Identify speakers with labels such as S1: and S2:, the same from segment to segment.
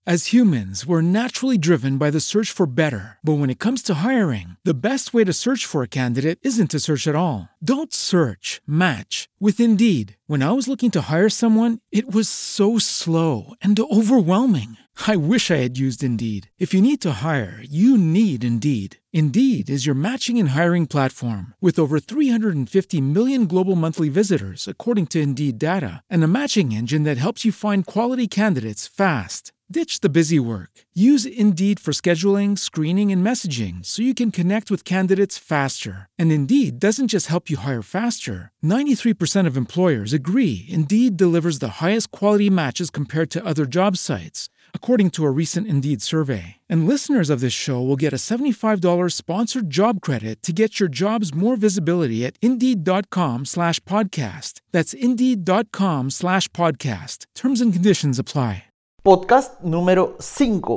S1: As humans, we're naturally driven by the search for better. But when it comes to hiring, the best way to search for a candidate isn't to search at all. Don't search, match with Indeed. When I was looking to hire someone, it was so slow and overwhelming. I wish I had used Indeed. If you need to hire, you need Indeed. Indeed is your matching and hiring platform with over 350 million global monthly visitors, according to Indeed data, and a matching engine that helps you find quality candidates fast. Ditch the busy work. Use Indeed for scheduling, screening, and messaging so you can connect with candidates faster. And Indeed doesn't just help you hire faster. 93% of employers agree Indeed delivers the highest quality matches compared to other job sites, according to a recent Indeed survey. And listeners of this show will get a $75 sponsored job credit to get your jobs more visibility at Indeed.com/podcast. That's Indeed.com/podcast. Terms and conditions apply.
S2: Podcast número 5.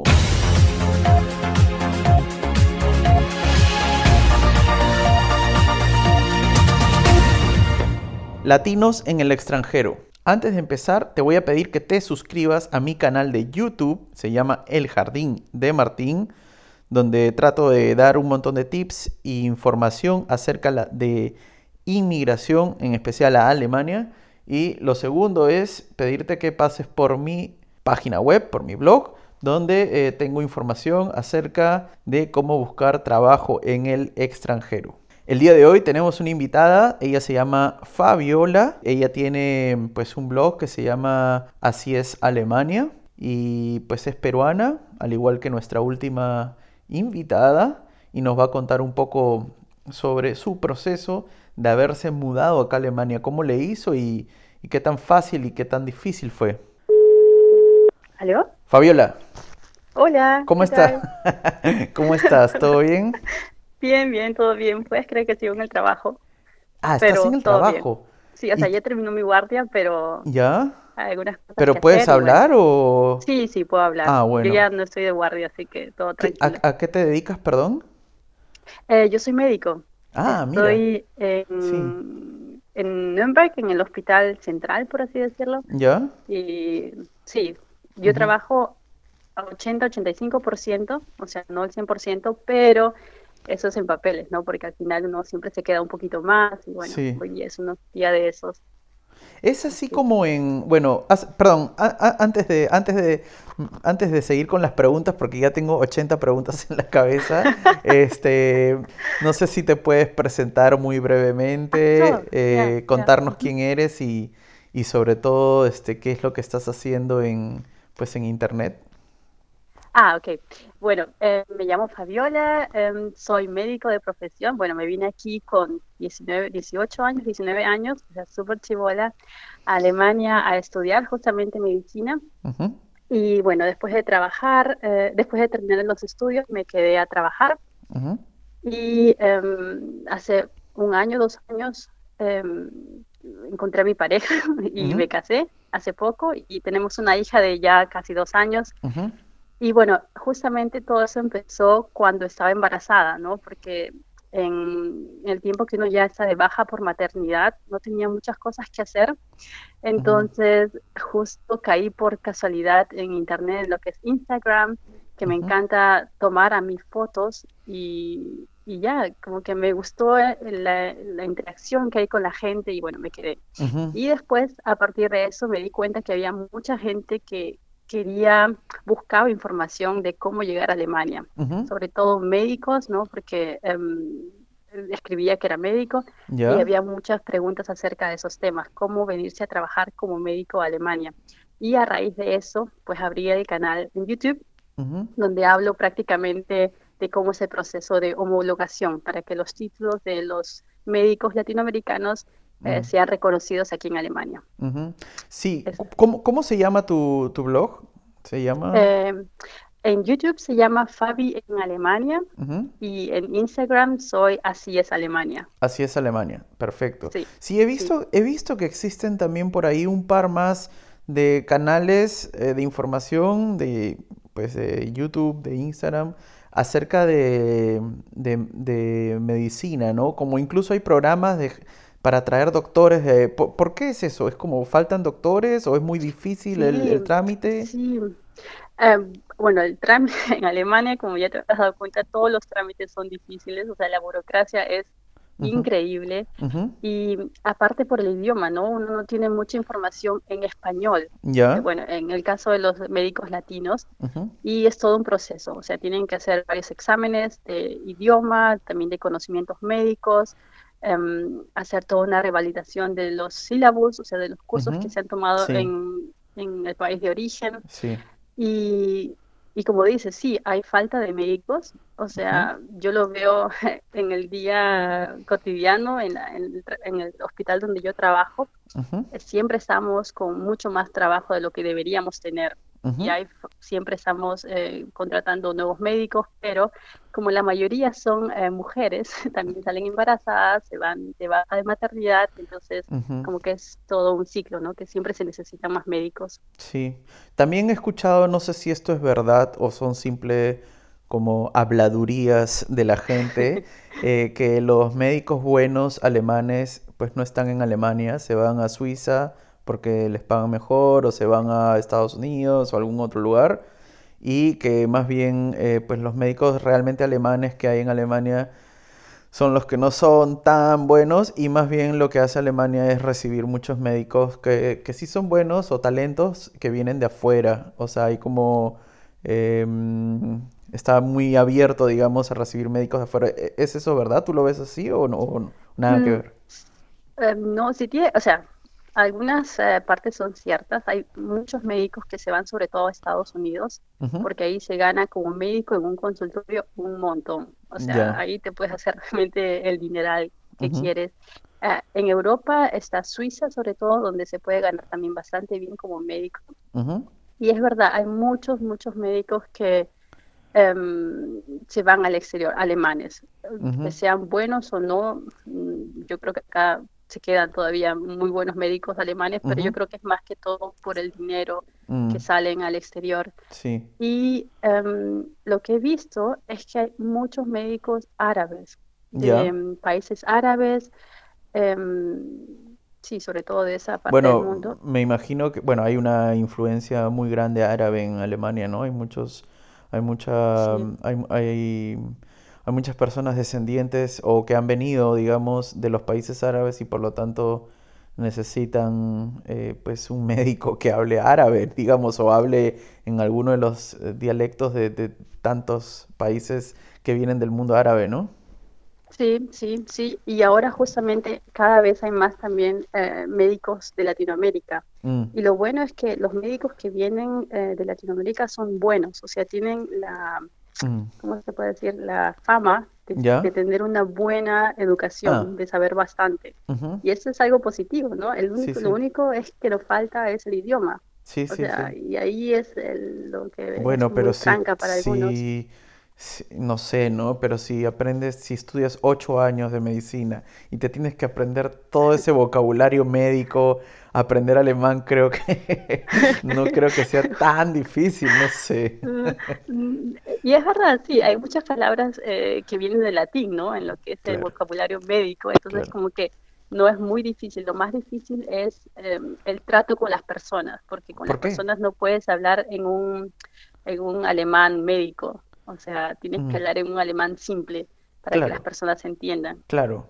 S2: Latinos en el extranjero. Antes de empezar, te voy a pedir que te suscribas a mi canal de YouTube. Se llama El Jardín de Martín, donde trato de dar un montón de tips e información acerca de inmigración, en especial a Alemania. Y lo segundo es pedirte que pases por mi página web, por mi blog, donde tengo información acerca de cómo buscar trabajo en el extranjero. El día de hoy tenemos una invitada, ella se llama Fabiola, ella tiene pues un blog que se llama Así es Alemania y pues es peruana, al igual que nuestra última invitada, y nos va a contar un poco sobre su proceso de haberse mudado acá a Alemania, cómo le hizo y qué tan fácil y qué tan difícil fue.
S3: ¿Aló?
S2: Fabiola.
S3: Hola.
S2: ¿Cómo estás? ¿Cómo estás? ¿Todo bien?
S3: Bien, todo bien. Puedes creer que sigo en el trabajo.
S2: Ah, ¿estás en el trabajo?
S3: Bien. Sí, o sea, ya terminó mi guardia, pero
S2: ¿ya?
S3: hay algunas cosas
S2: ¿Pero
S3: que
S2: puedes
S3: hacer,
S2: hablar
S3: bueno.
S2: o...?
S3: Sí, puedo hablar.
S2: Ah, bueno.
S3: Yo ya no estoy de guardia, así que todo tranquilo.
S2: ¿A qué te dedicas, perdón?
S3: Yo soy médico.
S2: Ah,
S3: Estoy
S2: sí.
S3: en Nuremberg, en el hospital central, por así decirlo.
S2: ¿Ya?
S3: Y sí, yo trabajo a 80-85%, o sea, no al 100%, pero eso es en papeles, ¿no? Porque al final uno siempre se queda un poquito más y bueno,
S2: Sí.
S3: hoy es un día de esos.
S2: Es así como en... Bueno, perdón, antes de seguir con las preguntas, porque ya tengo 80 preguntas en la cabeza, no sé si te puedes presentar muy brevemente, contarnos quién eres y sobre todo qué es lo que estás haciendo en internet.
S3: Ok. Bueno, me llamo Fabiola, soy médico de profesión. Bueno, me vine aquí con 18 años, 19 años, o sea, súper chibola, a Alemania a estudiar justamente medicina.
S2: Uh-huh.
S3: Y bueno, después de trabajar, después de terminar los estudios, me quedé a trabajar.
S2: Uh-huh.
S3: Y hace 1 año, 2 años, encontré a mi pareja y
S2: Uh-huh.
S3: me casé hace poco y tenemos una hija de ya casi 2 años.
S2: Uh-huh.
S3: Y bueno, justamente todo eso empezó cuando estaba embarazada, ¿no? Porque en el tiempo que uno ya está de baja por maternidad, no tenía muchas cosas que hacer. Entonces, justo caí por casualidad en internet, en lo que es Instagram, que me encanta tomar a mis fotos y ya, como que me gustó la interacción que hay con la gente y bueno, me quedé.
S2: Uh-huh.
S3: Y después, a partir de eso, me di cuenta que había mucha gente que buscaba información de cómo llegar a Alemania, sobre todo médicos, ¿no? Porque escribía que era médico y había muchas preguntas acerca de esos temas, cómo venirse a trabajar como médico a Alemania. Y a raíz de eso, pues abrí el canal en YouTube, donde hablo prácticamente de cómo es el proceso de homologación para que los títulos de los médicos latinoamericanos sean reconocidos aquí en Alemania.
S2: Sí. ¿Cómo se llama tu blog? ¿Se llama?
S3: En YouTube se llama Fabi en Alemania y en Instagram soy Así es Alemania.
S2: Así es Alemania, perfecto.
S3: Sí,
S2: he visto que existen también por ahí un par más de canales de información de YouTube, de Instagram, acerca de medicina, ¿no? Como incluso hay programas para atraer doctores. ¿Por qué es eso? ¿Es como faltan doctores o es muy difícil
S3: Sí,
S2: el trámite?
S3: sí. Bueno, el trámite en Alemania, como ya te has dado cuenta, todos los trámites son difíciles, o sea, la burocracia es
S2: Ujú,
S3: increíble
S2: ujú.
S3: y aparte por el idioma, ¿no? Uno no tiene mucha información en español.
S2: Ya.
S3: Bueno, en el caso de los médicos latinos,
S2: Ujú,
S3: y es todo un proceso, o sea, tienen que hacer varios exámenes de idioma, también de conocimientos médicos, hacer toda una revalidación de los sílabos, o sea, de los cursos que
S2: ujú.
S3: se han tomado
S2: Sí,
S3: en el país de origen.
S2: sí.
S3: Y, y como dices, sí, hay falta de médicos, o
S2: Ujú,
S3: sea, yo lo veo en el día cotidiano, en el hospital donde yo trabajo,
S2: ujú,
S3: siempre estamos con mucho más trabajo de lo que deberíamos tener. Y
S2: ujú.
S3: siempre estamos contratando nuevos médicos, pero como la mayoría son mujeres, también salen embarazadas, se van de baja de maternidad, entonces
S2: Ujú.
S3: como que es todo un ciclo, ¿no? Que siempre se necesitan más médicos.
S2: Sí, también he escuchado, no sé si esto es verdad o son simple como habladurías de la gente, que los médicos buenos alemanes pues no están en Alemania, se van a Suiza porque les pagan mejor o se van a Estados Unidos o algún otro lugar y que más bien pues los médicos realmente alemanes que hay en Alemania son los que no son tan buenos y más bien lo que hace Alemania es recibir muchos médicos que sí son buenos o talentos que vienen de afuera. O sea, hay como... está muy abierto, digamos, a recibir médicos de afuera. ¿Es eso verdad? ¿Tú lo ves así o no? Nada que
S3: Mm,
S2: ver.
S3: no, sí tiene, o sea, algunas partes son ciertas. Hay muchos médicos que se van sobre todo a Estados Unidos,
S2: Ujú.
S3: porque ahí se gana como médico en un consultorio un montón. O sea,
S2: Ya.
S3: ahí te puedes hacer realmente el dineral que
S2: Ujú,
S3: quieres. En Europa está Suiza, sobre todo, donde se puede ganar también bastante bien como médico.
S2: ujú,
S3: Y es verdad, hay muchos, muchos médicos que se van al exterior, alemanes, que
S2: ujú,
S3: sean buenos o no. Yo creo que acá se quedan todavía muy buenos médicos alemanes, pero yo
S2: ujú,
S3: creo que es más que todo por el dinero
S2: mm,
S3: que salen al exterior.
S2: sí.
S3: Y lo que he visto es que hay muchos médicos árabes, de
S2: Ya.
S3: países árabes, sí, sobre todo de esa parte del
S2: Bueno,
S3: mundo.
S2: me imagino que, bueno, hay una influencia muy grande árabe en Alemania, ¿no? Hay mucha,
S3: Sí.
S2: hay muchas personas descendientes o que han venido, digamos, de los países árabes y por lo tanto necesitan, pues, un médico que hable árabe, digamos, o hable en alguno de los dialectos de tantos países que vienen del mundo árabe, ¿no?
S3: Sí, sí, sí. Y ahora justamente cada vez hay más también médicos de Latinoamérica.
S2: Mm,
S3: Y lo bueno es que los médicos que vienen de Latinoamérica son buenos, o sea, tienen
S2: mm,
S3: ¿cómo se puede decir? La fama de
S2: ¿ya?
S3: tener una buena educación,
S2: Ah,
S3: de saber bastante.
S2: ujú,
S3: Y eso es algo positivo, ¿no?
S2: sí,
S3: Lo
S2: sí,
S3: único es que nos falta es el idioma.
S2: sí,
S3: O
S2: sí,
S3: sea,
S2: sí.
S3: y ahí es lo que es
S2: Bueno, pero
S3: muy tranca para algunos.
S2: no sé, ¿no? Pero si aprendes, si estudias 8 años de medicina y te tienes que aprender todo ese vocabulario médico, aprender alemán, creo que no creo que sea tan difícil, no sé.
S3: Mm, Y es verdad, sí, hay muchas palabras que vienen del latín, ¿no? En lo que es el
S2: Claro,
S3: vocabulario médico, entonces
S2: claro.
S3: como que no es muy difícil, lo más difícil es el trato con las personas, porque con las
S2: ¿Por qué?
S3: personas no puedes hablar en un alemán médico, o sea, tienes que
S2: Mm,
S3: hablar en un alemán simple para que las
S2: claro,
S3: personas se entiendan.
S2: claro.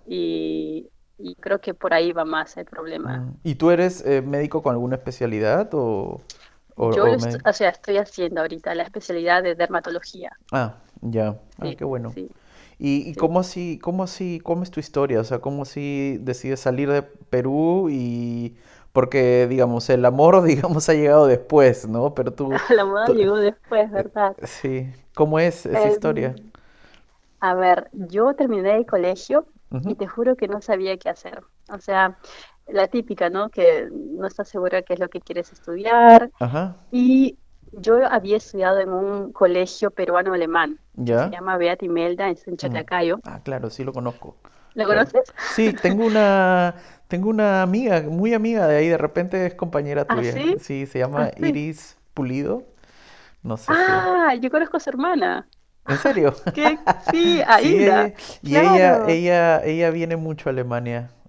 S3: Y creo que por ahí va más el problema.
S2: ¿Y tú eres médico con alguna especialidad
S3: Yo,
S2: o
S3: o sea, estoy haciendo ahorita la especialidad de dermatología.
S2: Ah, ya. Ah,
S3: Sí,
S2: qué bueno.
S3: sí,
S2: ¿Y
S3: sí.
S2: cómo es tu historia? O sea, ¿cómo así decides salir de Perú y porque, digamos, el amor, digamos, ha llegado después, ¿no? Pero
S3: La moda
S2: tú-
S3: llegó después, ¿verdad?
S2: sí, ¿cómo es esa historia?
S3: Em, a ver, yo terminé el colegio y
S2: Ujú,
S3: te juro que no sabía qué hacer. O sea, la típica, ¿no? Que no estás segura qué es lo que quieres estudiar.
S2: ajá,
S3: Y yo había estudiado en un colegio peruano-alemán que se
S2: ya.
S3: llama Beat Imelda en
S2: Mm.
S3: Chaclacayo.
S2: Ah, claro, sí lo conozco.
S3: ¿Lo
S2: Claro.
S3: conoces?
S2: Sí, tengo una amiga, muy amiga de ahí, de repente es compañera
S3: ¿Ah,
S2: tuya.
S3: sí?
S2: Sí, se
S3: ¿Ah,
S2: llama
S3: sí?
S2: Iris Pulido. No sé si.
S3: Ah, yo conozco a su hermana.
S2: ¿En serio?
S3: Sí, a
S2: Sí,
S3: Hilda.
S2: y
S3: Claro.
S2: ella viene mucho a Alemania.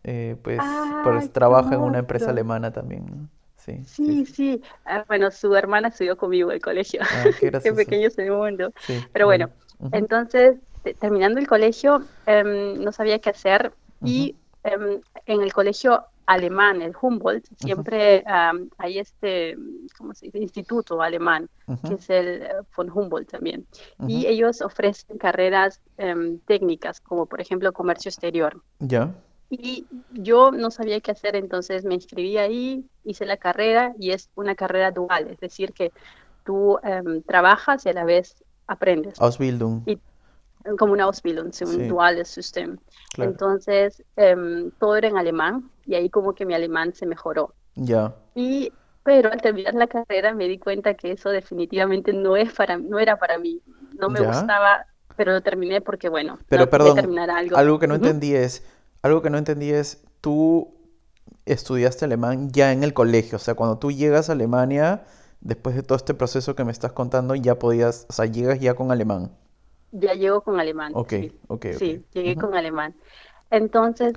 S2: pues
S3: qué
S2: trabaja en una empresa
S3: hermoso.
S2: alemana también, ¿no? Sí, sí,
S3: Sí,
S2: sí.
S3: sí. Bueno, su hermana estudió conmigo en el colegio.
S2: Ah, qué
S3: Qué
S2: gracioso.
S3: pequeño es el mundo.
S2: Sí,
S3: Pero
S2: bueno.
S3: bueno,
S2: Ujú,
S3: entonces, terminando el colegio, no sabía qué hacer
S2: ujú,
S3: y en el colegio alemán, el Humboldt,
S2: ujú,
S3: siempre hay ¿cómo se dice? Instituto alemán, que
S2: ujú,
S3: es el von Humboldt también.
S2: ujú.
S3: Y ellos ofrecen carreras técnicas, como por ejemplo comercio exterior.
S2: Ya.
S3: Y yo no sabía qué hacer, entonces me inscribí ahí, hice la carrera y es una carrera dual, es decir, que tú trabajas y a la vez aprendes.
S2: Ausbildung.
S3: Y como una Ausbildung, sí, un
S2: Sí,
S3: duales System.
S2: claro.
S3: Entonces, todo era en alemán y ahí como que mi alemán se mejoró.
S2: Ya.
S3: Y, pero al terminar la carrera me di cuenta que eso definitivamente no era para mí, no me
S2: Ya.
S3: gustaba, pero lo terminé porque, bueno,
S2: Pero
S3: no quería
S2: perdón,
S3: terminar algo.
S2: algo que no
S3: Ujú.
S2: entendí es, algo que no entendí es, tú estudiaste alemán ya en el colegio, o sea, cuando tú llegas a Alemania, después de todo este proceso que me estás contando, ya podías, o sea, llegas ya con alemán.
S3: Ya llego con alemán,
S2: Ok,
S3: sí,
S2: ok, ok.
S3: sí, llegué
S2: Ujú,
S3: con alemán. Entonces,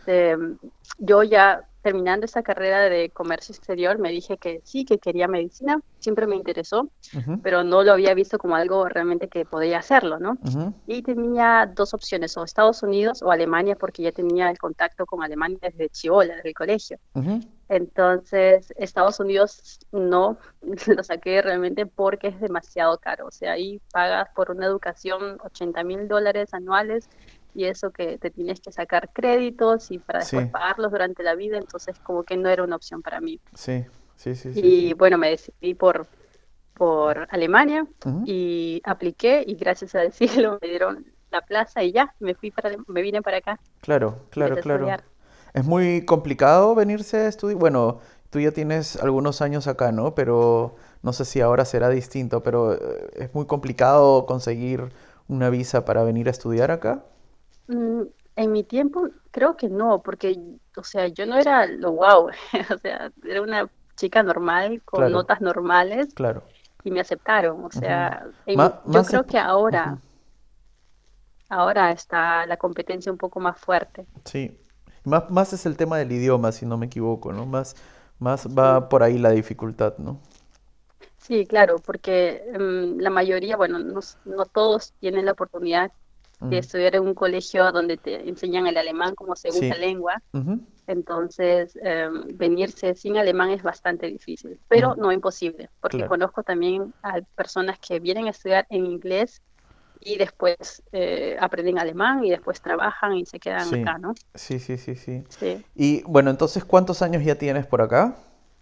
S3: yo ya terminando esa carrera de comercio exterior, me dije que sí, que quería medicina, siempre me interesó,
S2: ujú,
S3: pero no lo había visto como algo realmente que podía hacerlo, ¿no?
S2: ujú,
S3: Y tenía dos opciones, o Estados Unidos o Alemania, porque ya tenía el contacto con Alemania desde chivola, desde el colegio.
S2: ujú,
S3: Entonces, Estados Unidos no lo saqué realmente porque es demasiado caro. O sea, ahí pagas por una educación $80,000 anuales y eso que te tienes que sacar créditos y para después
S2: sí,
S3: pagarlos durante la vida. Entonces, como que no era una opción para mí.
S2: sí, sí, sí, sí, sí.
S3: Y bueno, me decidí por Alemania
S2: Ujú,
S3: y apliqué y gracias al cielo me dieron la plaza y ya, me vine para acá,
S2: claro, claro,
S3: empecé a
S2: claro.
S3: estudiar.
S2: Es muy complicado venirse a estudiar. Bueno, tú ya tienes algunos años acá, ¿no? Pero no sé si ahora será distinto, pero es muy complicado conseguir una visa para venir a estudiar acá.
S3: Mm, En mi tiempo, creo que no, porque, o sea, yo no era lo wow, o sea, era una chica normal, con
S2: Claro,
S3: notas normales,
S2: claro.
S3: y me aceptaron, o
S2: Ujú.
S3: sea, yo
S2: Más,
S3: creo que
S2: ujú,
S3: ahora está la competencia un poco más fuerte,
S2: sí. Más es el tema del idioma, si no me equivoco, ¿no? Más
S3: sí.
S2: va por ahí la dificultad, ¿no?
S3: Sí, claro, porque la mayoría, bueno, no todos tienen la oportunidad de
S2: Mm,
S3: estudiar en un colegio donde te enseñan el alemán como segunda
S2: sí.
S3: lengua.
S2: Ujú,
S3: Entonces, venirse sin alemán es bastante difícil,
S2: mm,
S3: pero no imposible, porque
S2: claro,
S3: conozco también a personas que vienen a estudiar en inglés y después aprenden alemán y después trabajan y se quedan
S2: sí.
S3: acá, ¿no?
S2: Sí, sí, sí, sí.
S3: Sí.
S2: Y bueno, entonces, ¿cuántos años ya tienes por acá?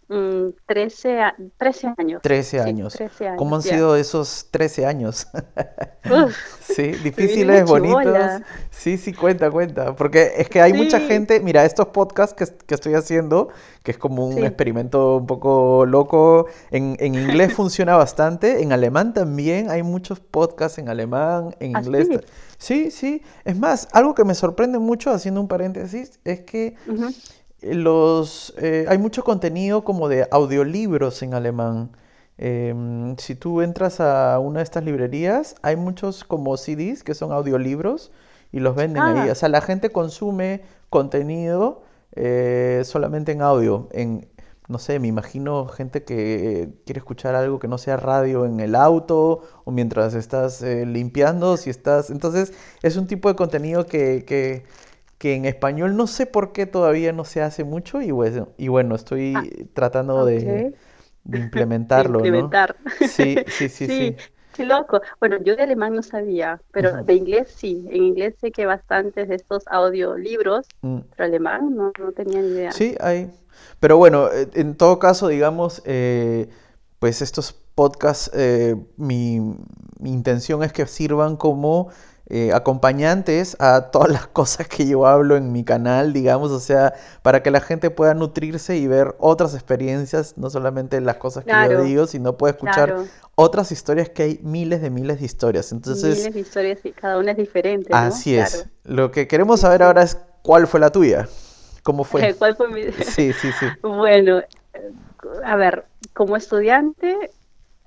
S3: 13 años,
S2: 13
S3: sí,
S2: años.
S3: 13
S2: ¿Cómo
S3: años,
S2: han
S3: ya.
S2: sido esos 13 años?
S3: Uf,
S2: Sí,
S3: me vine una
S2: difíciles, bonitos.
S3: chibola.
S2: Sí, sí, cuenta, cuenta. Porque es que hay mucha
S3: Sí,
S2: gente, mira, estos podcasts que estoy haciendo, que es como un
S3: sí,
S2: experimento un poco loco, en inglés funciona bastante, en alemán también hay muchos podcasts en alemán, en inglés.
S3: así.
S2: Sí, sí. Es más, algo que me sorprende mucho, haciendo un paréntesis, es que
S3: Ujú.
S2: hay mucho contenido como de audiolibros en alemán. Si tú entras a una de estas librerías, hay muchos como CDs que son audiolibros y los venden ahí. O
S3: Ah,
S2: sea, la gente consume contenido solamente en audio. No sé, me imagino gente que quiere escuchar algo que no sea radio en el auto o mientras estás limpiando, si estás... Entonces, es un tipo de contenido que en español no sé por qué todavía no se hace mucho y bueno,
S3: ah,
S2: estoy tratando
S3: ok.
S2: de
S3: De
S2: implementarlo, ¿no?
S3: implementar.
S2: Sí, sí, sí,
S3: Sí,
S2: sí.
S3: qué loco. Bueno, yo de alemán no sabía, pero
S2: Ujú.
S3: de inglés sí. En inglés sé que bastantes de estos audiolibros,
S2: Mm.
S3: pero alemán no tenía ni idea.
S2: Sí, hay. Pero bueno, en todo caso, digamos, pues estos podcasts, mi intención es que sirvan como acompañantes a todas las cosas que yo hablo en mi canal, digamos, o sea, para que la gente pueda nutrirse y ver otras experiencias, no solamente las cosas que yo
S3: Claro,
S2: digo, sino pueda escuchar
S3: claro.
S2: otras historias que hay miles de historias. Entonces,
S3: Miles de historias y cada una es diferente, ¿no?
S2: así es.
S3: Claro.
S2: Lo que queremos
S3: Sí,
S2: saber
S3: sí.
S2: ahora es cuál fue la tuya, cómo fue.
S3: ¿Cuál fue mi...?
S2: Sí, sí, sí.
S3: Bueno, a ver, como estudiante.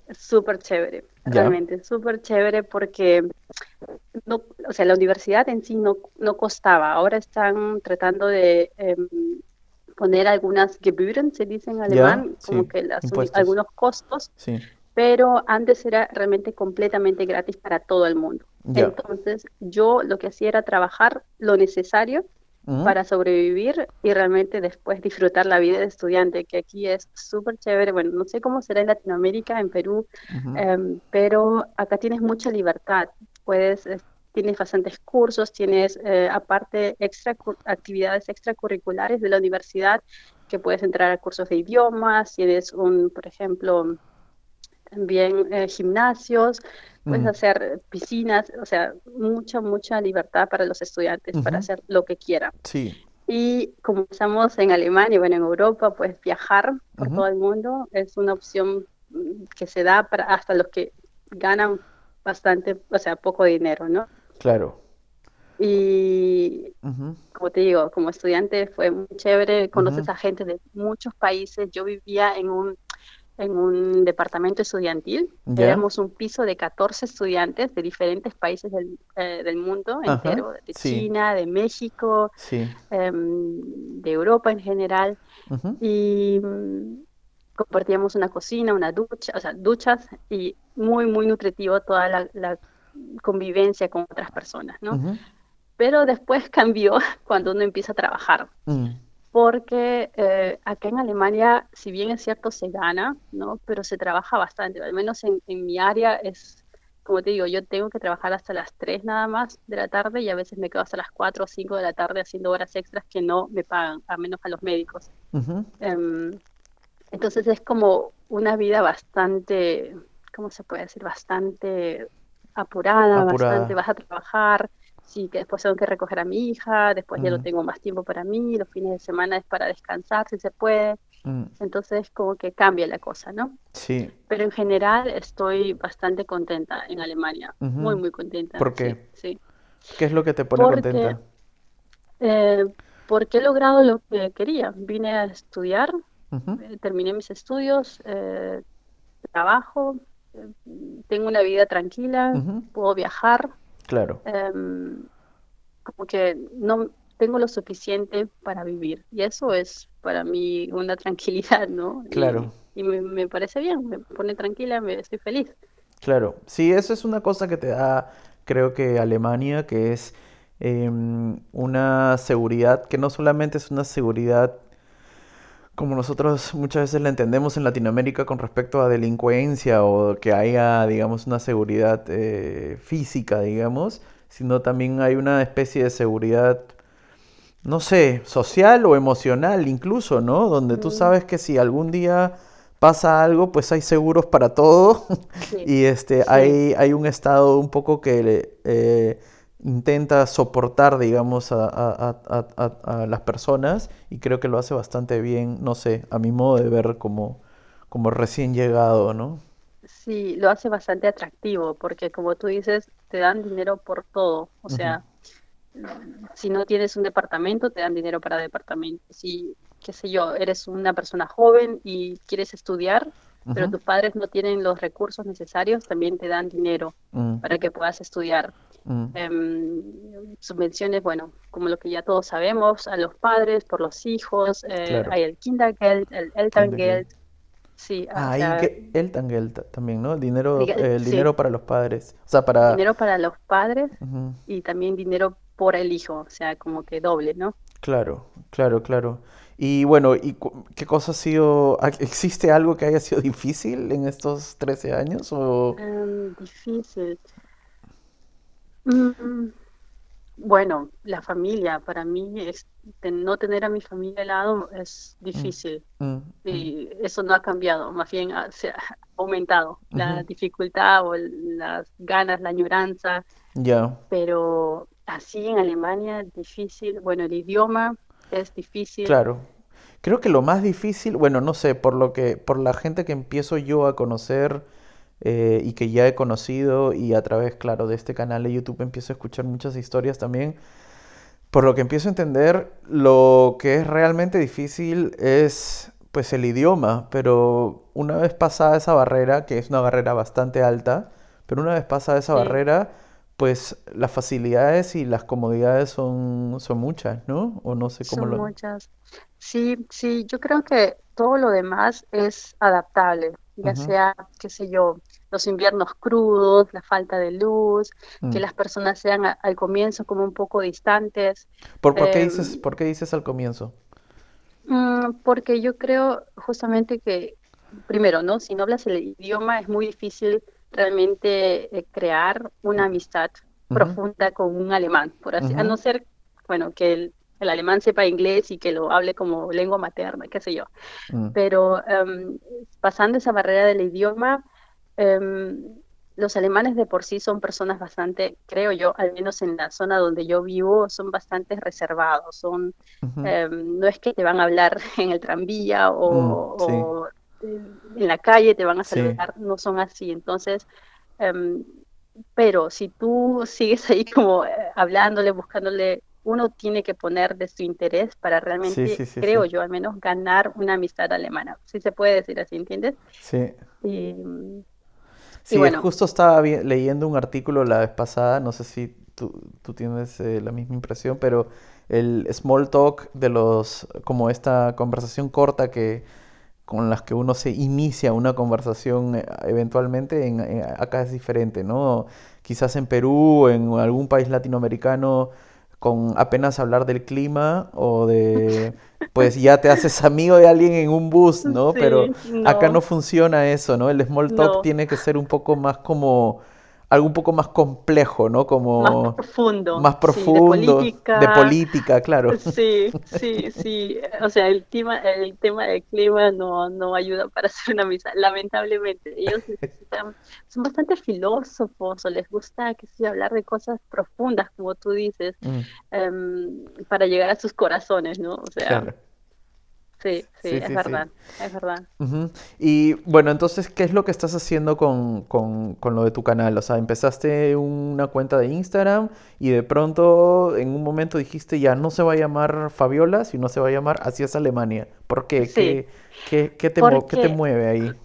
S3: Es súper chévere,
S2: Ya,
S3: realmente, súper chévere porque no, o sea, la universidad en sí no costaba. Ahora están tratando de poner algunas Gebühren, se dice en
S2: ya,
S3: alemán, como
S2: sí,
S3: que
S2: impuestos,
S3: algunos costos,
S2: sí,
S3: pero antes era realmente completamente gratis para todo el mundo.
S2: ya.
S3: Entonces, yo lo que hacía era trabajar lo necesario
S2: Ujú,
S3: para sobrevivir y realmente después disfrutar la vida de estudiante, que aquí es súper chévere. Bueno, no sé cómo será en Latinoamérica, en Perú,
S2: ujú,
S3: pero acá tienes mucha libertad. Puedes, tienes bastantes cursos, tienes aparte actividades extracurriculares de la universidad, que puedes entrar a cursos de idiomas, tienes por ejemplo, también gimnasios, puedes
S2: mm,
S3: hacer piscinas, o sea, mucha libertad para los estudiantes para
S2: ujú,
S3: hacer lo que quieran.
S2: sí,
S3: Y como estamos en Alemania, bueno, en Europa, pues viajar por
S2: ujú,
S3: todo el mundo es una opción que se da para hasta los que ganan bastante, o sea, poco dinero, ¿no?
S2: claro.
S3: Y
S2: Ujú,
S3: como te digo, como estudiante fue muy chévere,
S2: ujú,
S3: conoces a gente de muchos países. Yo vivía en un departamento estudiantil.
S2: ya,
S3: Éramos un piso de 14 estudiantes de diferentes países del mundo
S2: ajá,
S3: entero, de
S2: sí,
S3: China, de México,
S2: sí,
S3: de Europa en general.
S2: ujú,
S3: Y compartíamos una cocina, una ducha, o sea, duchas y muy nutritivo toda la convivencia con otras personas, ¿no?
S2: ujú,
S3: Pero después cambió cuando uno empieza a trabajar
S2: mm,
S3: porque acá en Alemania, si bien es cierto, se gana, ¿no? Pero se trabaja bastante, al menos en mi área es, como te digo, yo tengo que trabajar hasta las 3 nada más de la tarde y a veces me quedo hasta las 4 o 5 de la tarde haciendo horas extras que no me pagan, a menos a los médicos.
S2: ujú,
S3: Em, entonces es como una vida bastante, ¿cómo se puede decir? Bastante apurada, bastante,
S2: apurada.
S3: vas a trabajar, sí, que después tengo que recoger a mi hija, después ya no
S2: Mm,
S3: tengo más tiempo para mí, los fines de semana es para descansar si se puede,
S2: mm,
S3: entonces como que cambia la cosa, ¿no?
S2: sí,
S3: Pero en general estoy bastante contenta en Alemania,
S2: ujú.
S3: muy contenta,
S2: ¿Por
S3: sí,
S2: qué?
S3: sí,
S2: ¿Qué es lo que te pone
S3: porque,
S2: contenta?
S3: eh, porque he logrado lo que quería, vine a estudiar,
S2: Ujú,
S3: terminé mis estudios, trabajo, eh, tengo una vida tranquila,
S2: ujú,
S3: puedo viajar,
S2: claro,
S3: em, como que no tengo lo suficiente para vivir. Y eso es para mí una tranquilidad, ¿no?
S2: claro.
S3: Y me parece bien, me pone tranquila, estoy feliz.
S2: Claro, sí, eso es una cosa que te da, creo que Alemania, que es una seguridad, que no solamente es una seguridad como nosotros muchas veces la entendemos en Latinoamérica con respecto a delincuencia o que haya, digamos, una seguridad física, digamos, sino también hay una especie de seguridad, no sé, social o emocional incluso, ¿no? Donde tú
S3: Mm,
S2: sabes que si algún día pasa algo, pues hay seguros para todo
S3: sí,
S2: y
S3: sí,
S2: hay un estado un poco que intenta soportar, digamos, a las personas y creo que lo hace bastante bien, no sé, a mi modo de ver como recién llegado, ¿no?
S3: sí, lo hace bastante atractivo porque como tú dices, te dan dinero por todo. O
S2: Ujú,
S3: sea, si no tienes un departamento, te dan dinero para departamento. Si, qué sé yo, eres una persona joven y quieres estudiar, pero
S2: ujú,
S3: tus padres no tienen los recursos necesarios, también te dan dinero
S2: mm,
S3: para que puedas estudiar.
S2: mm,
S3: Subvenciones, bueno, como lo que ya todos sabemos, a los padres, por los hijos,
S2: claro,
S3: hay el Kindergeld, el
S2: Kindergeld.
S3: Elterngeld, sí,
S2: Ah,
S3: o
S2: ahí
S3: sea,
S2: que Eltangel también, ¿no? El
S3: sí,
S2: dinero para los padres. O sea, para...
S3: dinero para los padres
S2: Ujú,
S3: y también dinero por el hijo, o sea, como que doble, ¿no?
S2: claro, claro, claro. Y bueno, ¿qué cosa ha sido... ¿Existe algo que haya sido difícil en estos 13 años? O...
S3: Difícil. Mm, bueno, la familia, para mí es no tener a mi familia al lado es
S2: Mm,
S3: difícil
S2: mm, mm,
S3: y eso no ha cambiado, más bien se ha aumentado la
S2: ujú,
S3: dificultad o las ganas, la añoranza,
S2: ya.
S3: pero así en Alemania difícil, bueno, el idioma es difícil.
S2: Claro. Creo que lo más difícil, bueno, no sé, por la gente que empiezo yo a conocer y que ya he conocido y a través, claro, de este canal de YouTube empiezo a escuchar muchas historias también. Por lo que empiezo a entender, lo que es realmente difícil es pues el idioma, pero una vez pasada esa barrera, que es una barrera bastante alta, pero una vez pasada esa
S3: Sí,
S2: barrera, pues las facilidades y las comodidades son muchas, ¿no? O no sé cómo
S3: son
S2: lo...
S3: muchas. Sí, sí, yo creo que todo lo demás es adaptable, ya
S2: Ujú,
S3: sea, qué sé yo, los inviernos crudos, la falta de luz, que
S2: mm.
S3: las personas sean al comienzo como un poco distantes.
S2: ¿Por
S3: em,
S2: qué dices al comienzo?
S3: Porque yo creo justamente que, primero, ¿no? Si no hablas el idioma es muy difícil realmente crear una amistad
S2: Ujú,
S3: profunda con un alemán, por así, a
S2: ujú,
S3: no ser, bueno, que el alemán sepa inglés y que lo hable como lengua materna, qué sé yo.
S2: mm.
S3: Pero pasando esa barrera del idioma, em, los alemanes de por sí son personas bastante, creo yo, al menos en la zona donde yo vivo, son bastante reservados, son
S2: Ujú.
S3: no es que te van a hablar en el tranvía
S2: Sí,
S3: o en la calle te van a
S2: sí,
S3: saludar, no son así. Entonces, em, pero si tú sigues ahí como hablándole, buscándole, uno tiene que poner de su interés para
S2: sí,
S3: realmente,
S2: sí, sí, sí,
S3: creo yo, al menos ganar una amistad alemana. Si se puede decir así, ¿entiendes?
S2: sí.
S3: Y, y
S2: Sí,
S3: bueno,
S2: justo estaba leyendo un artículo la vez pasada, no sé si tú tienes la misma impresión, pero el small talk de como esta conversación corta con las que uno se inicia una conversación eventualmente, acá es diferente, ¿no? Quizás en Perú o en algún país latinoamericano, con apenas hablar del clima pues ya te haces amigo de alguien en un bus, ¿no? Pero
S3: sí,
S2: acá no
S3: no,
S2: funciona eso, ¿no? El small talk
S3: no,
S2: tiene que ser un poco más como, algo un poco más complejo, ¿no?
S3: más
S2: Como
S3: profundo,
S2: más
S3: sí, de
S2: profundo, de
S3: política.
S2: política, claro.
S3: Sí, sí, sí. O sea, el tema del clima no ayuda para hacer una misa, lamentablemente. Ellos necesitan, son bastante filósofos o les gusta, qué sé yo, hablar de cosas profundas, como tú dices,
S2: Mm,
S3: para llegar a sus corazones, ¿no? O sea,
S2: claro.
S3: sí, sí,
S2: Sí,
S3: es
S2: sí, sí.
S3: verdad, es verdad.
S2: Ujú. Y bueno, entonces, ¿qué es lo que estás haciendo con lo de tu canal? O sea, empezaste una cuenta de Instagram y de pronto en un momento dijiste ya no se va a llamar Fabiola, sino se va a llamar Así es Alemania. ¿Por qué?
S3: Sí,
S2: Qué te
S3: porque
S2: mueve ahí?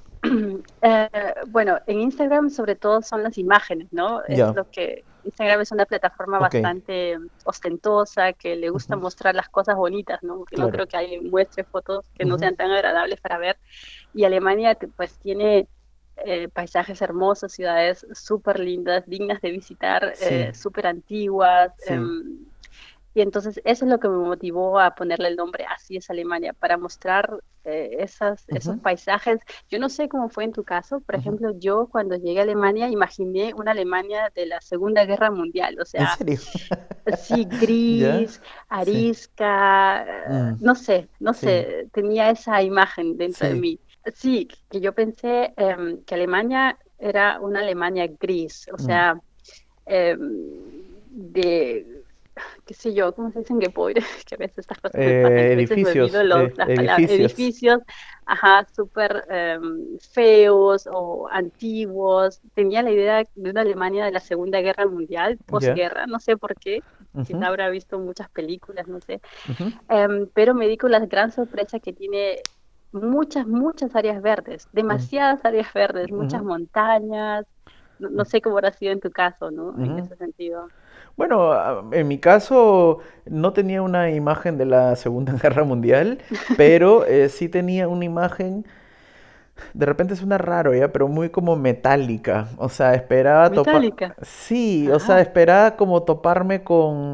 S3: bueno, en Instagram sobre todo son las imágenes, ¿no? Es
S2: Ya,
S3: lo que Instagram es una plataforma
S2: ok.
S3: bastante ostentosa, que le gusta
S2: Ujú,
S3: mostrar las cosas bonitas, ¿no? Que no
S2: claro.
S3: creo que alguien muestre fotos que no
S2: Ujú,
S3: sean tan agradables para ver. Y Alemania, pues, tiene paisajes hermosos, ciudades súper lindas, dignas de visitar,
S2: sí,
S3: súper antiguas.
S2: sí.
S3: Y entonces eso es lo que me motivó a ponerle el nombre Así es Alemania, para mostrar esos
S2: Ujú,
S3: paisajes. Yo no sé cómo fue en tu caso, por
S2: ujú.
S3: ejemplo, yo cuando llegué a Alemania imaginé una Alemania de la Segunda Guerra Mundial, o
S2: ¿En
S3: sea,
S2: serio?
S3: sí,
S2: ¿Ya?
S3: gris,
S2: Sí.
S3: arisca,
S2: Mm,
S3: no
S2: sí,
S3: sé, tenía esa imagen dentro de
S2: sí.
S3: mí. Sí, que yo pensé que Alemania era una Alemania gris, o
S2: Mm.
S3: sea, em, de qué sé yo, ¿cómo se dicen que pobre? Que a veces estas cosas me pasan, que a veces me olvido las palabras,
S2: Edificios.
S3: edificios, ajá, súper feos o antiguos. Tenía la idea de una Alemania de la Segunda Guerra Mundial,
S2: Ya.
S3: posguerra, no sé por qué,
S2: Ujú,
S3: quizá habrá visto muchas películas, no sé.
S2: ujú,
S3: Pero me di con la gran sorpresa que tiene muchas, muchas áreas verdes,
S2: mm,
S3: demasiadas áreas verdes, muchas
S2: ujú,
S3: montañas. No sé cómo habrá sido en tu caso, ¿no? En
S2: ujú.
S3: ese sentido.
S2: Bueno, en mi caso no tenía una imagen de la Segunda Guerra Mundial, pero sí tenía una imagen, de repente suena raro ya, pero muy como metálica. O sea, esperaba topar,
S3: Metallica.
S2: sí, o sea,
S3: Ajá,
S2: esperaba como toparme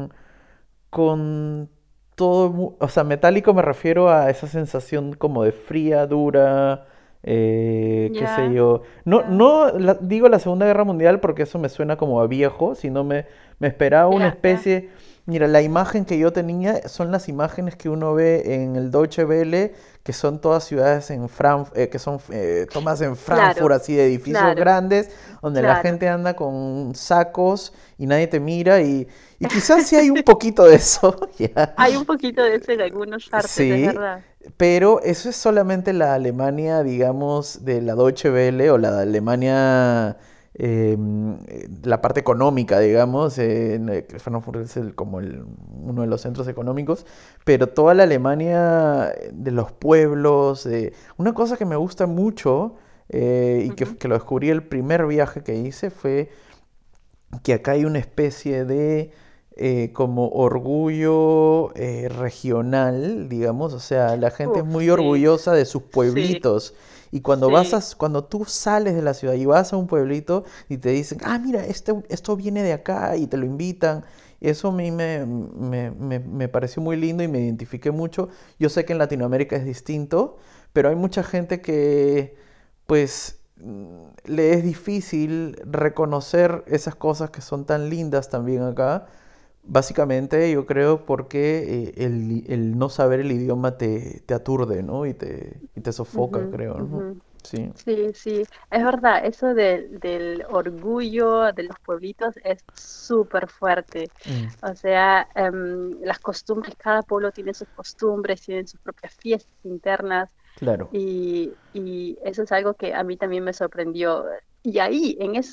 S2: con todo, o sea, metálico me refiero a esa sensación como de fría, dura, qué sé
S3: ya,
S2: yo. No,
S3: ya,
S2: no digo la Segunda Guerra Mundial porque eso me suena como a viejo, sino me esperaba una
S3: ya, ya.
S2: especie... Mira, la imagen que yo tenía son las imágenes que uno ve en el Deutsche Welle, que son todas ciudades en que son tomas en Frankfurt,
S3: Claro,
S2: así de edificios
S3: claro,
S2: grandes, donde la
S3: claro.
S2: gente anda con sacos y nadie te mira y quizás sí hay un poquito de eso, ya.
S3: Hay un poquito de eso en algunos artes, es
S2: Sí,
S3: verdad.
S2: pero eso es solamente la Alemania, digamos, de la Deutsche Welle o la Alemania la parte económica, digamos. Frankfurt es uno de los centros económicos, pero toda la Alemania de los pueblos, una cosa que me gusta mucho y que lo descubrí el primer viaje que hice fue que acá hay una especie de como orgullo regional, digamos, o sea, la gente es
S3: Uf,
S2: muy
S3: sí,
S2: orgullosa de sus
S3: sí,
S2: pueblitos. Y
S3: sí.
S2: cuando tú sales de la ciudad y vas a un pueblito y te dicen, ah, mira, esto viene de acá y te lo invitan, eso a mí me pareció muy lindo y me identifiqué mucho. Yo sé que en Latinoamérica es distinto, pero hay mucha gente que, pues, le es difícil reconocer esas cosas que son tan lindas también acá. Básicamente yo creo porque el no saber el idioma te aturde, ¿no? Y te sofoca,
S3: Ujú,
S2: creo, ¿no?
S3: ujú.
S2: Sí,
S3: Sí, sí, es verdad, eso del orgullo de los pueblitos es súper fuerte.
S2: mm,
S3: O sea, las costumbres, cada pueblo tiene sus costumbres, tienen sus propias fiestas internas.
S2: claro.
S3: Y eso es algo que a mí también me sorprendió. Y ahí,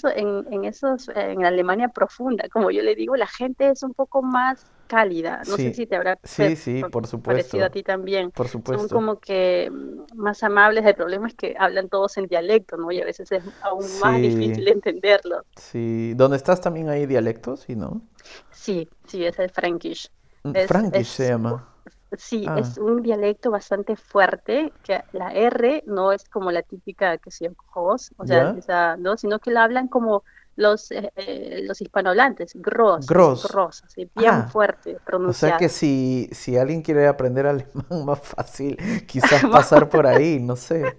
S3: en la Alemania profunda, como yo le digo, la gente es un poco más cálida. No sé
S2: Sí,
S3: si te habrá
S2: sí, sí, por
S3: parecido a
S2: supuesto,
S3: ti también.
S2: por
S3: Son
S2: supuesto.
S3: como que más amables. El problema es que hablan todos en dialecto, ¿no? Y a veces es aún más
S2: Sí,
S3: difícil entenderlo.
S2: sí. ¿Dónde estás también hay dialectos? ¿Sí, no?
S3: Sí, sí, es el Fränkisch.
S2: Frankish se
S3: Es
S2: llama.
S3: Sí,
S2: Ah,
S3: es un dialecto bastante fuerte, que la R no es como la típica que se llama Jos, o sea,
S2: ¿ya?
S3: no, sino que la hablan como los hispanohablantes, Gros, es
S2: Gross.
S3: Gros, así, bien
S2: Ah,
S3: fuerte
S2: o sea que
S3: pronunciado.
S2: si alguien quiere aprender alemán más fácil, quizás pasar por ahí, no sé.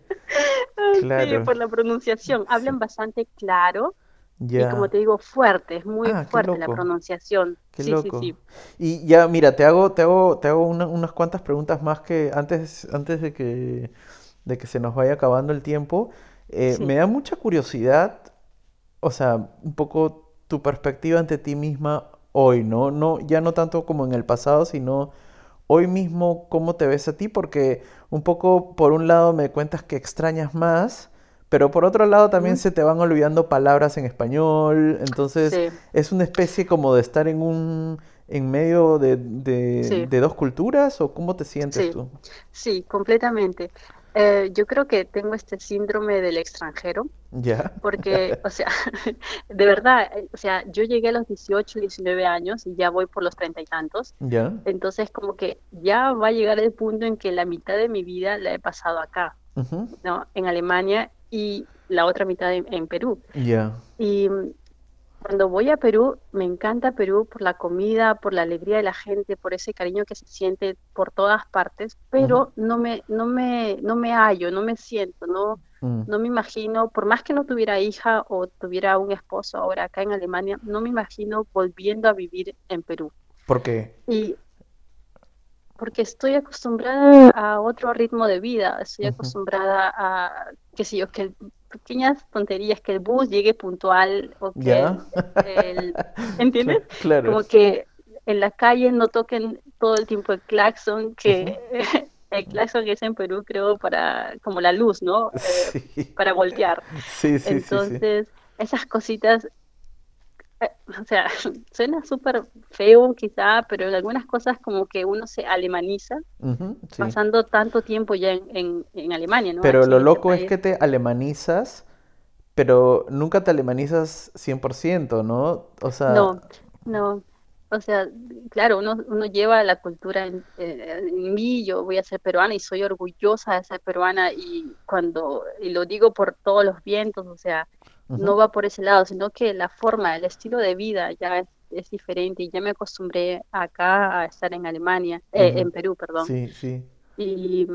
S3: Sí,
S2: Claro,
S3: por la pronunciación.
S2: sí.
S3: Hablan bastante claro y como
S2: Ya.
S3: te digo, fuerte, es muy
S2: Ah, qué
S3: fuerte la
S2: loco,
S3: pronunciación.
S2: qué
S3: Sí, sí,
S2: loco.
S3: sí.
S2: Y ya, mira, te hago unas cuantas preguntas más que antes de que se nos vaya acabando el tiempo. Me
S3: Sí.
S2: da mucha curiosidad, o sea, un poco tu perspectiva ante ti misma hoy, ¿no? No, ya no tanto como en el pasado, sino hoy mismo, ¿cómo te ves a ti? Porque un poco, por un lado, me cuentas que extrañas más, pero por otro lado también
S3: Ujú.
S2: se te van olvidando palabras en español, entonces
S3: Sí,
S2: es una especie como de estar en medio
S3: sí.
S2: de dos culturas, ¿o cómo te sientes
S3: Sí,
S2: tú?
S3: sí, completamente. Yo creo que tengo este síndrome del extranjero,
S2: ¿Ya?
S3: porque, o sea, de verdad, o sea, yo llegué a los 18, 19 años y ya voy por los treinta y tantos,
S2: ¿Ya?
S3: entonces como que ya va a llegar el punto en que la mitad de mi vida la he pasado acá,
S2: Ujú.
S3: ¿no? En Alemania y la otra mitad en Perú.
S2: Ya.
S3: Y cuando voy a Perú, me encanta Perú por la comida, por la alegría de la gente, por ese cariño que se siente por todas partes,
S2: Ujú.
S3: pero no me hallo, no me siento,
S2: Mm.
S3: no me imagino, por más que no tuviera hija o tuviera un esposo ahora acá en Alemania, no me imagino volviendo a vivir en Perú.
S2: ¿Por qué?
S3: Y porque estoy acostumbrada a otro ritmo de vida, estoy
S2: Ujú.
S3: acostumbrada a, qué sé yo, pequeñas tonterías, que el bus llegue puntual o que
S2: ¿Ya?
S3: ¿entiendes?
S2: Claro.
S3: Como que en la calle no toquen todo el tiempo el claxon,
S2: Ujú.
S3: que el claxon es en Perú, creo, como la luz, ¿no?
S2: Sí.
S3: Para voltear.
S2: Sí, sí, sí, sí.
S3: Entonces, esas cositas o sea, suena súper feo quizá, pero en algunas cosas como que uno se alemaniza
S2: Ujú, sí.
S3: pasando tanto tiempo ya en Alemania, ¿no?
S2: Pero
S3: Aquí
S2: lo
S3: en este
S2: loco es
S3: país.
S2: que te alemanizas, pero nunca te alemanizas 100%, ¿no? O sea,
S3: No, no. O sea, claro, uno lleva la cultura en mí, yo voy a ser peruana y soy orgullosa de ser peruana y lo digo por todos los vientos, o sea, no
S2: ujú,
S3: va por ese lado, sino que la forma, el estilo de vida ya es diferente y ya me acostumbré acá a estar en Alemania,
S2: ujú.
S3: en Perú, perdón.
S2: Sí, sí.
S3: Y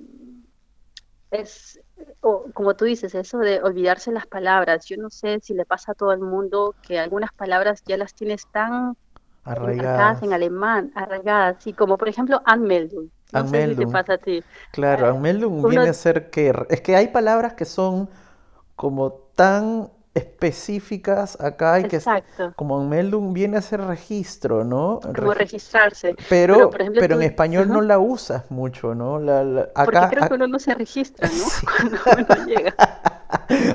S3: es, como tú dices, eso de olvidarse las palabras. Yo no sé si le pasa a todo el mundo que algunas palabras ya las tienes tan marcadas en
S2: Arraigadas.
S3: alemán, arraigadas, sí, como por ejemplo Anmeldung. No sé si te
S2: Anmeldung.
S3: pasa a ti.
S2: Claro, Anmeldung
S3: Uno,
S2: viene a ser que... Es que hay palabras que son como tan específicas acá y que
S3: exacto,
S2: como Anmeldung viene a ser registro, ¿no?
S3: como registrarse. Pero por ejemplo
S2: Pero en
S3: tú,
S2: español no
S3: ajá,
S2: la usas mucho, ¿no?
S3: porque
S2: Acá,
S3: creo que uno no se registra, ¿no?
S2: sí.
S3: Cuando uno llega.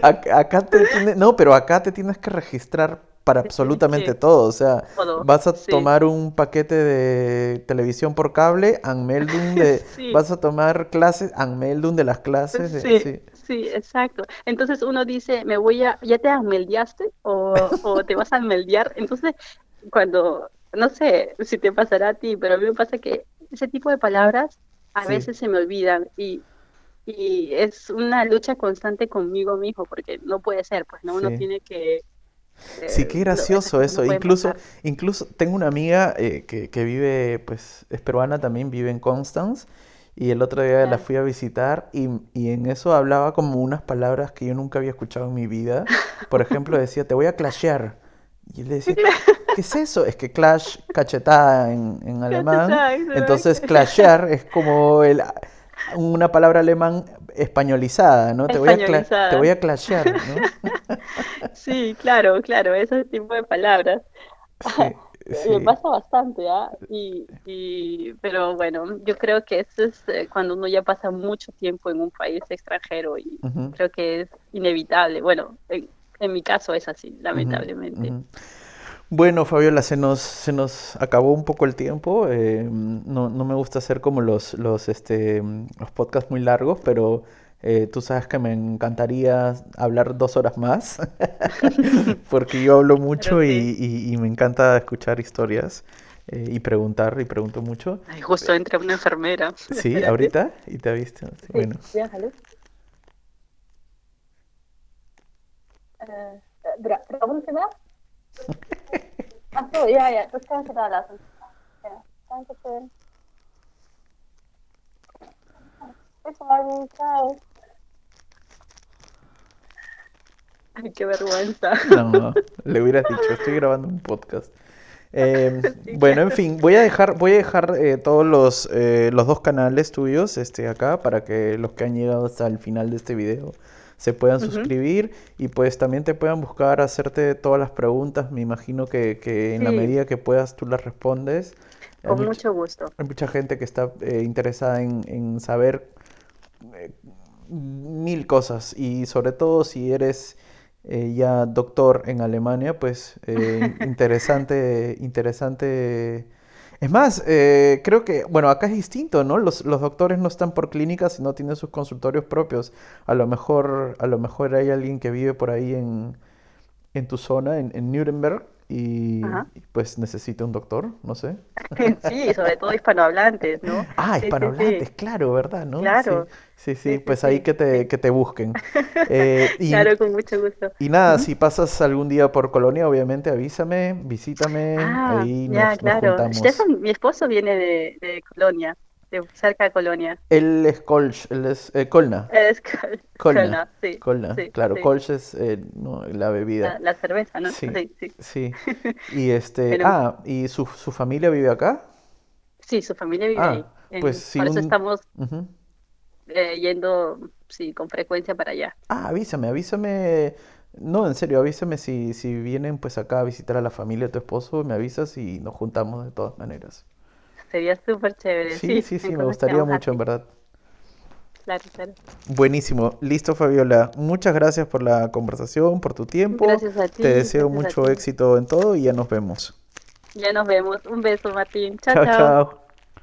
S2: pero acá te tienes que registrar para absolutamente
S3: Sí,
S2: todo. O sea,
S3: todo.
S2: vas a
S3: Sí,
S2: tomar un paquete de televisión por cable,
S3: sí.
S2: vas a tomar clases, Anmeldung de las clases,
S3: Sí,
S2: sí.
S3: sí, exacto. Entonces uno dice, ¿ya te ameldeaste o te vas a ameldear? Entonces, cuando, no sé si te pasará a ti, pero a mí me pasa que ese tipo de palabras a
S2: Sí.
S3: veces se me olvidan y es una lucha constante conmigo mismo, porque no puede ser, pues no, uno
S2: Sí.
S3: tiene que,
S2: Sí, qué
S3: esas
S2: gracioso
S3: cosas no
S2: eso.
S3: pueden pasar.
S2: Incluso tengo una amiga que vive, pues es peruana también, vive en Constance. Y el otro día la
S3: Ya.
S2: fui a visitar y en eso hablaba como unas palabras que yo nunca había escuchado en mi vida. Por ejemplo, decía, te voy a clashear. Y yo le decía, ¿qué es eso? Es que clash, cachetada en alemán. Entonces, clashear es como una palabra alemán españolizada, ¿no? Te voy
S3: Españolizada.
S2: a clashear, ¿no?
S3: Sí, claro, claro, ese tipo de palabras.
S2: Sí,
S3: Me
S2: sí.
S3: pasa bastante, ¿ah? Pero bueno, yo creo que eso es cuando uno ya pasa mucho tiempo en un país extranjero y
S2: Ujú,
S3: creo que es inevitable. Bueno, en mi caso es así,
S2: ujú,
S3: lamentablemente.
S2: ujú. Bueno, Fabiola, se nos acabó un poco el tiempo. No me gusta hacer como los podcasts muy largos, pero tú sabes que me encantaría hablar 2 horas más, porque yo hablo
S3: Pero
S2: mucho
S3: sí,
S2: y me encanta escuchar historias y preguntar, y pregunto mucho.
S3: ay, justo entra una enfermera.
S2: Sí,
S3: Espérate.
S2: ahorita, y te ha visto. Sí,
S3: Sí,
S2: bueno.
S3: déjalo. Berapa sih, Mbak? Ach so, ja, ja, das kannst du da lassen. Ja, danke schön. Bis morgen, chao. Ay, qué vergüenza.
S2: No, le hubieras dicho, estoy grabando un podcast.
S3: Sí,
S2: Bueno, en
S3: claro.
S2: fin, voy a dejar todos los 2 canales tuyos acá para que los que han llegado hasta el final de este video se puedan
S3: Ujú.
S2: suscribir y pues también te puedan buscar, hacerte todas las preguntas. Me imagino que en la
S3: Sí,
S2: medida que puedas tú las respondes. Hay
S3: con
S2: mucha,
S3: mucho gusto.
S2: hay mucha gente que está interesada en saber eh, mil cosas y sobre todo si eres ya doctor en Alemania, pues interesante, interesante. Es más, creo que, bueno, acá es distinto, ¿no? Los doctores no están por clínicas, sino tienen sus consultorios propios. A lo mejor hay alguien que vive por ahí en tu zona, en Nuremberg,
S3: Ajá.
S2: y pues necesita un doctor, no sé.
S3: Sí, sobre todo hispanohablantes, ¿no?
S2: Ah,
S3: Sí, sí, sí.
S2: hispanohablantes, claro, ¿verdad? ¿No? Sí,
S3: Claro.
S2: sí,
S3: Sí,
S2: sí,
S3: sí,
S2: pues ahí
S3: sí,
S2: que te,
S3: sí.
S2: que te busquen. Eh, y,
S3: Claro, con mucho gusto.
S2: y nada,
S3: Ujú.
S2: si pasas algún día por Colonia, obviamente avísame, visítame,
S3: Ah,
S2: ahí
S3: ya,
S2: nos
S3: claro.
S2: juntamos.
S3: Stefan, mi esposo viene de Colonia, de cerca de Colonia.
S2: Él es Kolsch, él es Kolna,
S3: Es
S2: Kolna,
S3: Kölner, sí,
S2: Kolna,
S3: sí,
S2: claro,
S3: sí.
S2: Kolsch es no, la bebida.
S3: La cerveza, ¿no?
S2: Sí,
S3: Sí, sí.
S2: sí. Y
S3: Pero
S2: ¿y su familia vive acá?
S3: sí, su familia vive ahí.
S2: Ah, pues si
S3: Por eso
S2: un...
S3: estamos
S2: Ujú.
S3: yendo, sí, con frecuencia para allá.
S2: Avísame. No, en serio, avísame si vienen pues acá a visitar a la familia de tu esposo, me avisas y nos juntamos de todas maneras.
S3: Sería súper chévere,
S2: Sí,
S3: sí.
S2: sí, sí, me
S3: Entonces
S2: gustaría
S3: quedamos
S2: mucho, en
S3: así.
S2: verdad.
S3: Claro, claro.
S2: Buenísimo. Listo, Fabiola. Muchas gracias por la conversación, por tu tiempo.
S3: Gracias a
S2: Te
S3: ti,
S2: deseo
S3: gracias a
S2: mucho
S3: ti.
S2: éxito en todo y ya nos vemos.
S3: Ya nos vemos. Un beso, Martín. Chao,
S2: Chao,
S3: chao.
S2: chao.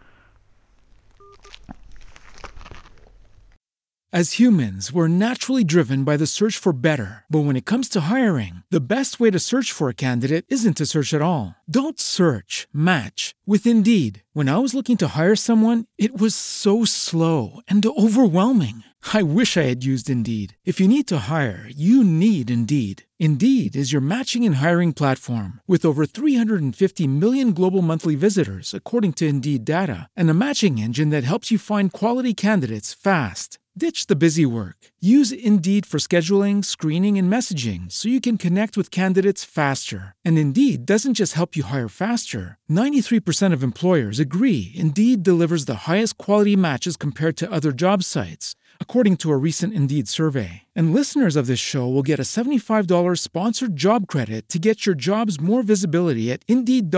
S1: As humans, we're naturally driven by the search for better. But when it comes to hiring, the best way to search for a candidate isn't to search at all. Don't search, match with Indeed. When I was looking to hire someone, it was so slow and overwhelming. I wish I had used Indeed. If you need to hire, you need Indeed. Indeed is your matching and hiring platform with over 350 million global monthly visitors, according to Indeed data, and a matching engine that helps you find quality candidates fast. Ditch the busy work. Use Indeed for scheduling, screening, and messaging so you can connect with candidates faster. And Indeed doesn't just help you hire faster. 93% of employers agree Indeed delivers the highest quality matches compared to other job sites, according to a recent Indeed survey. And listeners of this show will get a $75 sponsored job credit to get your jobs more visibility at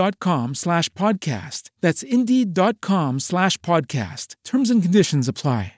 S1: Indeed.com/podcast. That's Indeed.com/podcast. Terms and conditions apply.